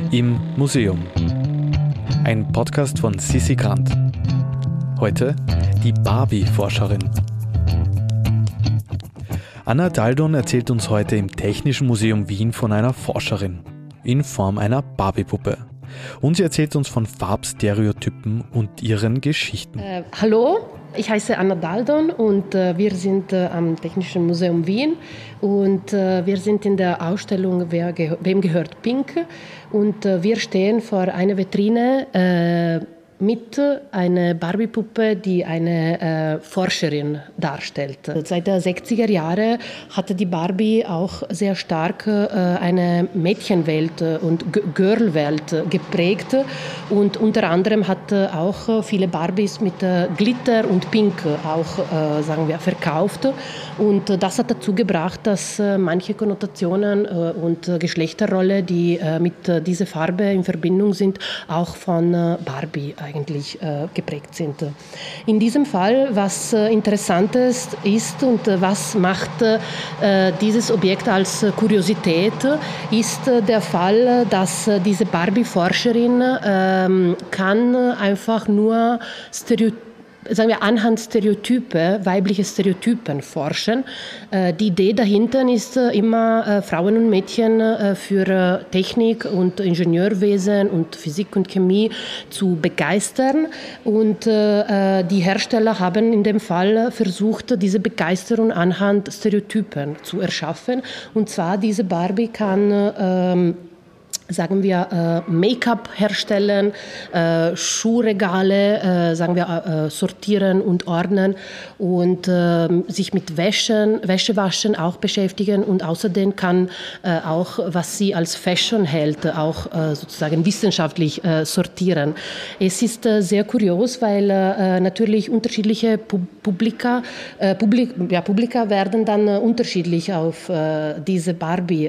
Im Museum. Ein Podcast von Sissi Grant. Heute die Barbie-Forscherin. Anna Daldon erzählt uns heute im Technischen Museum Wien von einer Forscherin in Form einer Barbie-Puppe. Und sie erzählt uns von Farbstereotypen und ihren Geschichten. Hallo, ich heiße Anna Daldon und wir sind am Technischen Museum Wien und wir sind in der Ausstellung Wem gehört Pink? Und wir stehen vor einer Vitrine mit einer Barbie-Puppe, die eine Forscherin darstellt. Seit den 60er Jahren hatte die Barbie auch sehr stark eine Mädchenwelt und Girlwelt geprägt und unter anderem hat auch viele Barbies mit Glitter und Pink auch, verkauft und das hat dazu gebracht, dass manche Konnotationen und Geschlechterrolle, die mit dieser Farbe in Verbindung sind, auch von Barbie eigentlich geprägt sind. In diesem Fall, was Interessantes ist und was macht dieses Objekt als Kuriosität, ist der Fall, dass diese Barbie-Forscherin kann einfach nur anhand Stereotype, weibliche Stereotypen forschen. Die Idee dahinter ist immer, Frauen und Mädchen für Technik und Ingenieurwesen und Physik und Chemie zu begeistern. Und die Hersteller haben in dem Fall versucht, diese Begeisterung anhand Stereotypen zu erschaffen. Und zwar diese Barbie kann Make-up herstellen, Schuhregale, sortieren und ordnen und sich mit Wäschewaschen auch beschäftigen und außerdem kann auch, was sie als Fashion hält, auch sozusagen wissenschaftlich sortieren. Es ist sehr kurios, weil natürlich unterschiedliche Publika werden dann unterschiedlich auf diese Barbie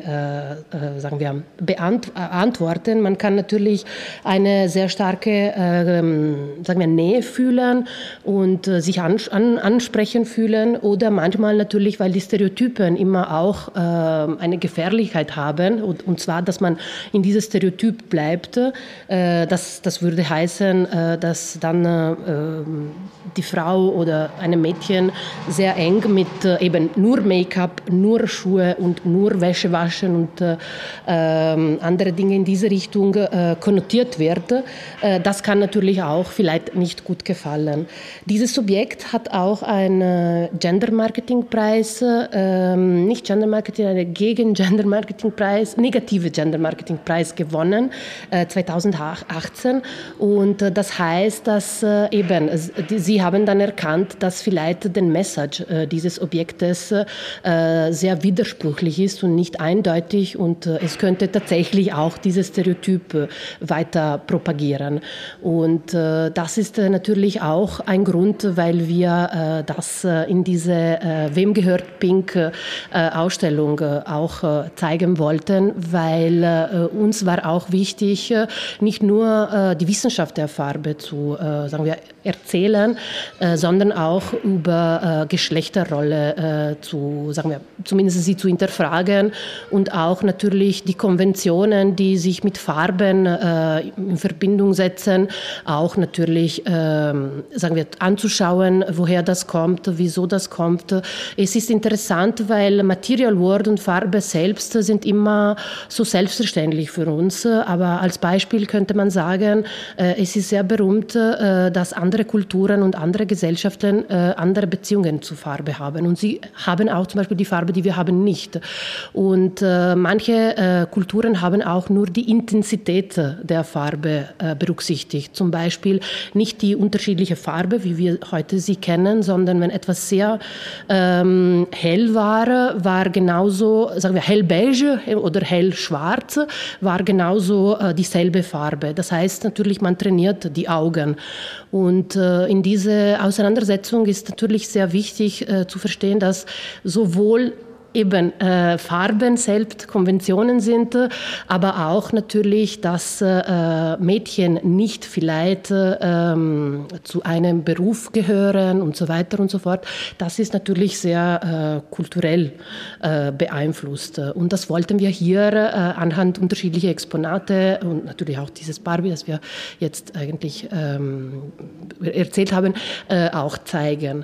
antworten. Man kann natürlich eine sehr starke Nähe fühlen und sich ansprechen fühlen oder manchmal natürlich, weil die Stereotypen immer auch eine Gefährlichkeit haben und zwar, dass man in dieses Stereotyp bleibt. Das würde heißen, dass dann die Frau oder ein Mädchen sehr eng mit eben nur Make-up, nur Schuhe und nur Wäsche waschen und andere Dinge in diese Richtung konnotiert wird. Das kann natürlich auch vielleicht nicht gut gefallen. Dieses Objekt hat auch einen Gender-Marketing-Preis, nicht Gender-Marketing, einen Gegen-Gender-Marketing-Preis, negative Gender-Marketing-Preis gewonnen, 2018. Und das heißt, dass sie haben dann erkannt, dass vielleicht der Message dieses Objektes sehr widersprüchlich ist und nicht eindeutig und es könnte tatsächlich auch dieses Stereotyp weiter propagieren. Und das ist natürlich auch ein Grund, weil wir das in diese Wem gehört Pink Ausstellung auch zeigen wollten, weil uns war auch wichtig, nicht nur die Wissenschaft der Farbe zu erzählen, sondern auch über Geschlechterrolle zumindest sie zu hinterfragen und auch natürlich die Konventionen, die sich mit Farben in Verbindung setzen, auch natürlich anzuschauen, woher das kommt, wieso das kommt. Es ist interessant, weil Material World und Farbe selbst sind immer so selbstverständlich für uns, aber als Beispiel könnte man sagen, es ist sehr berühmt, dass andere Kulturen und andere Gesellschaften andere Beziehungen zu Farbe haben und sie haben auch zum Beispiel die Farbe, die wir haben, nicht. Und manche Kulturen haben auch nur die Intensität der Farbe berücksichtigt. Zum Beispiel nicht die unterschiedliche Farbe, wie wir heute sie kennen, sondern wenn etwas sehr hell war genauso, hellbeige oder hellschwarz, war genauso dieselbe Farbe. Das heißt natürlich, man trainiert die Augen. Und in dieser Auseinandersetzung ist natürlich sehr wichtig zu verstehen, dass sowohl eben Farben selbst Konventionen sind, aber auch natürlich, dass Mädchen nicht vielleicht zu einem Beruf gehören und so weiter und so fort. Das ist natürlich sehr kulturell beeinflusst. Und das wollten wir hier anhand unterschiedlicher Exponate und natürlich auch dieses Barbie, das wir jetzt eigentlich erzählt haben, auch zeigen.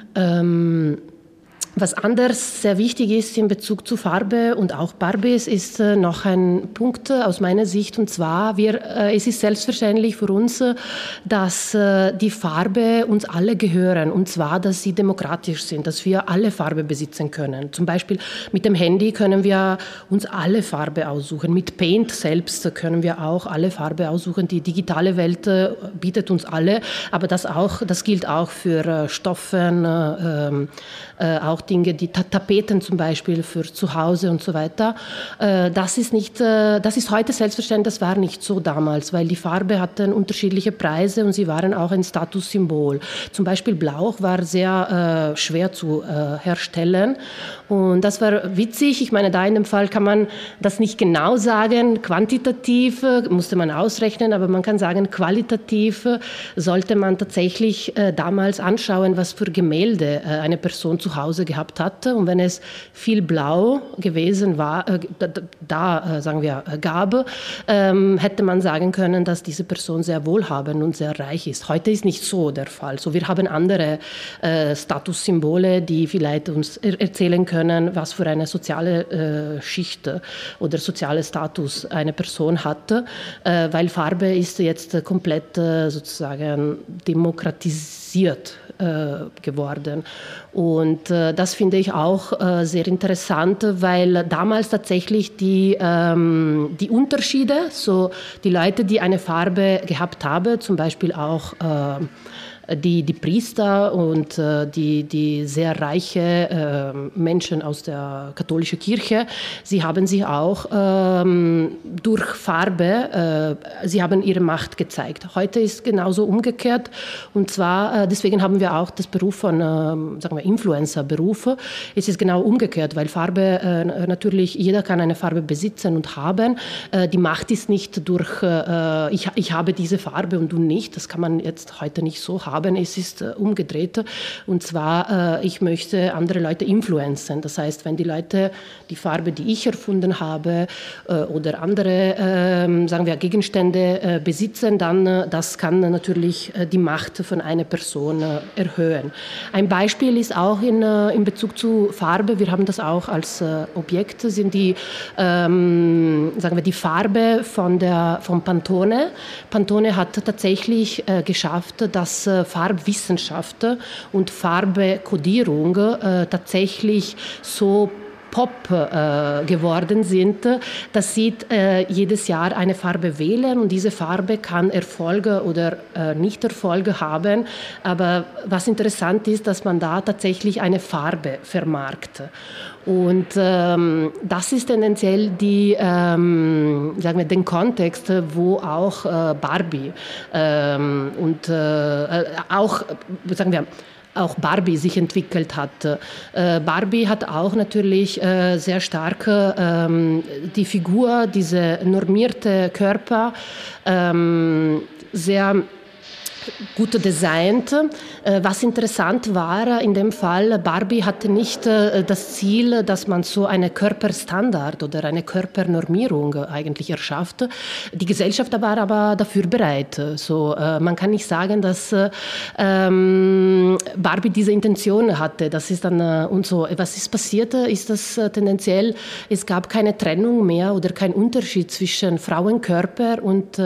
Was anders sehr wichtig ist in Bezug zu Farbe und auch Barbies, ist noch ein Punkt aus meiner Sicht, und zwar, es ist selbstverständlich für uns, dass die Farbe uns alle gehören, und zwar, dass sie demokratisch sind, dass wir alle Farbe besitzen können. Zum Beispiel mit dem Handy können wir uns alle Farbe aussuchen, mit Paint selbst können wir auch alle Farbe aussuchen. Die digitale Welt bietet uns alle, aber das gilt auch für Stoffen, auch Dinge, die Tapeten zum Beispiel für zu Hause und so weiter. Das ist heute selbstverständlich, das war nicht so damals, weil die Farbe hatten unterschiedliche Preise und sie waren auch ein Statussymbol. Zum Beispiel Blau war sehr schwer zu herstellen und das war witzig. Ich meine, da in dem Fall kann man das nicht genau sagen, quantitativ musste man ausrechnen, aber man kann sagen, qualitativ sollte man tatsächlich damals anschauen, was für Gemälde eine Person zu Hause gehabt hatte. Und wenn es viel Blau gewesen war, sagen wir, gab, hätte man sagen können, dass diese Person sehr wohlhabend und sehr reich ist. Heute ist nicht so der Fall. So, wir haben andere Statussymbole, die vielleicht uns erzählen können, was für eine soziale Schicht oder soziale Status eine Person hat, weil Farbe ist jetzt komplett sozusagen demokratisiert geworden. Und das finde ich auch sehr interessant, weil damals tatsächlich die Unterschiede, so die Leute, die eine Farbe gehabt haben, zum Beispiel auch die Priester und die sehr reiche Menschen aus der katholischen Kirche, sie haben sich auch durch Farbe, sie haben ihre Macht gezeigt. Heute ist genauso umgekehrt, und zwar, deswegen haben wir auch das Beruf von, sagen wir, Influencer-Berufe. Es ist genau umgekehrt, weil Farbe, natürlich, jeder kann eine Farbe besitzen und haben. Die Macht ist nicht durch, ich habe diese Farbe und du nicht, das kann man jetzt heute nicht so haben. Es ist umgedreht, und zwar, ich möchte andere Leute influenzen. Das heißt, wenn die Leute die Farbe, die ich erfunden habe, oder andere, sagen wir, Gegenstände besitzen, dann das kann natürlich die Macht von einer Person erhöhen. Ein Beispiel ist auch in Bezug zu Farbe, wir haben das auch als Objekt, sind die, sagen wir, die Farbe von Pantone. Pantone hat tatsächlich geschafft, dass Farbwissenschaft und Farbekodierung tatsächlich so Pop geworden sind, dass sie jedes Jahr eine Farbe wählen, und diese Farbe kann Erfolge oder Nicht-Erfolge haben. Aber was interessant ist, dass man da tatsächlich eine Farbe vermarktet. Und das ist tendenziell sagen wir, den Kontext, wo auch Barbie und auch, sagen wir, auch Barbie sich entwickelt hat. Barbie hat auch natürlich sehr stark die Figur, diese normierte Körper, sehr gut designt. Was interessant war in dem Fall, Barbie hatte nicht das Ziel, dass man so eine Körperstandard oder eine Körpernormierung eigentlich erschafft. Die Gesellschaft war aber dafür bereit. So, man kann nicht sagen, dass Barbie diese Intention hatte. Das ist dann und so. Was ist passiert? Ist das tendenziell, es gab keine Trennung mehr oder kein Unterschied zwischen Frauenkörper und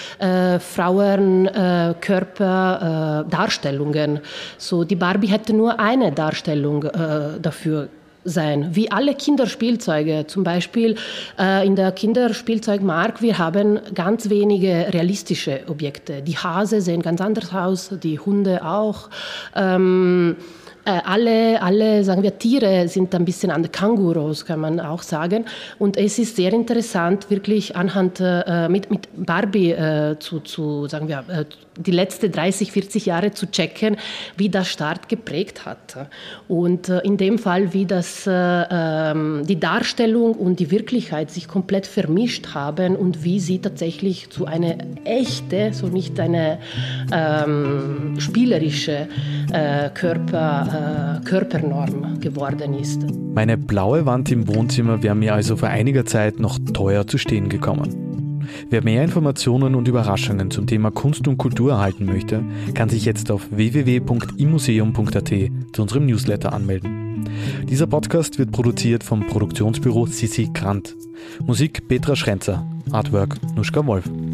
Frauenkörperdarstellungen. So, die Barbie hätte nur eine Darstellung dafür sein. Wie alle Kinderspielzeuge, zum Beispiel in der Kinderspielzeugmarkt, wir haben ganz wenige realistische Objekte. Die Hase sehen ganz anders aus, die Hunde auch. alle, sagen wir, Tiere sind ein bisschen an Kängurus, kann man auch sagen. Und es ist sehr interessant, wirklich anhand mit Barbie sagen wir, die letzten 30, 40 Jahre zu checken, wie das Start geprägt hat. Und in dem Fall, wie das die Darstellung und die Wirklichkeit sich komplett vermischt haben und wie sie tatsächlich zu einer echte, so nicht eine spielerische Körpernorm geworden ist. Meine blaue Wand im Wohnzimmer wäre mir also vor einiger Zeit noch teuer zu stehen gekommen. Wer mehr Informationen und Überraschungen zum Thema Kunst und Kultur erhalten möchte, kann sich jetzt auf www.imuseum.at zu unserem Newsletter anmelden. Dieser Podcast wird produziert vom Produktionsbüro Sissi Grant. Musik Petra Schrenzer, Artwork Nuschka Wolf.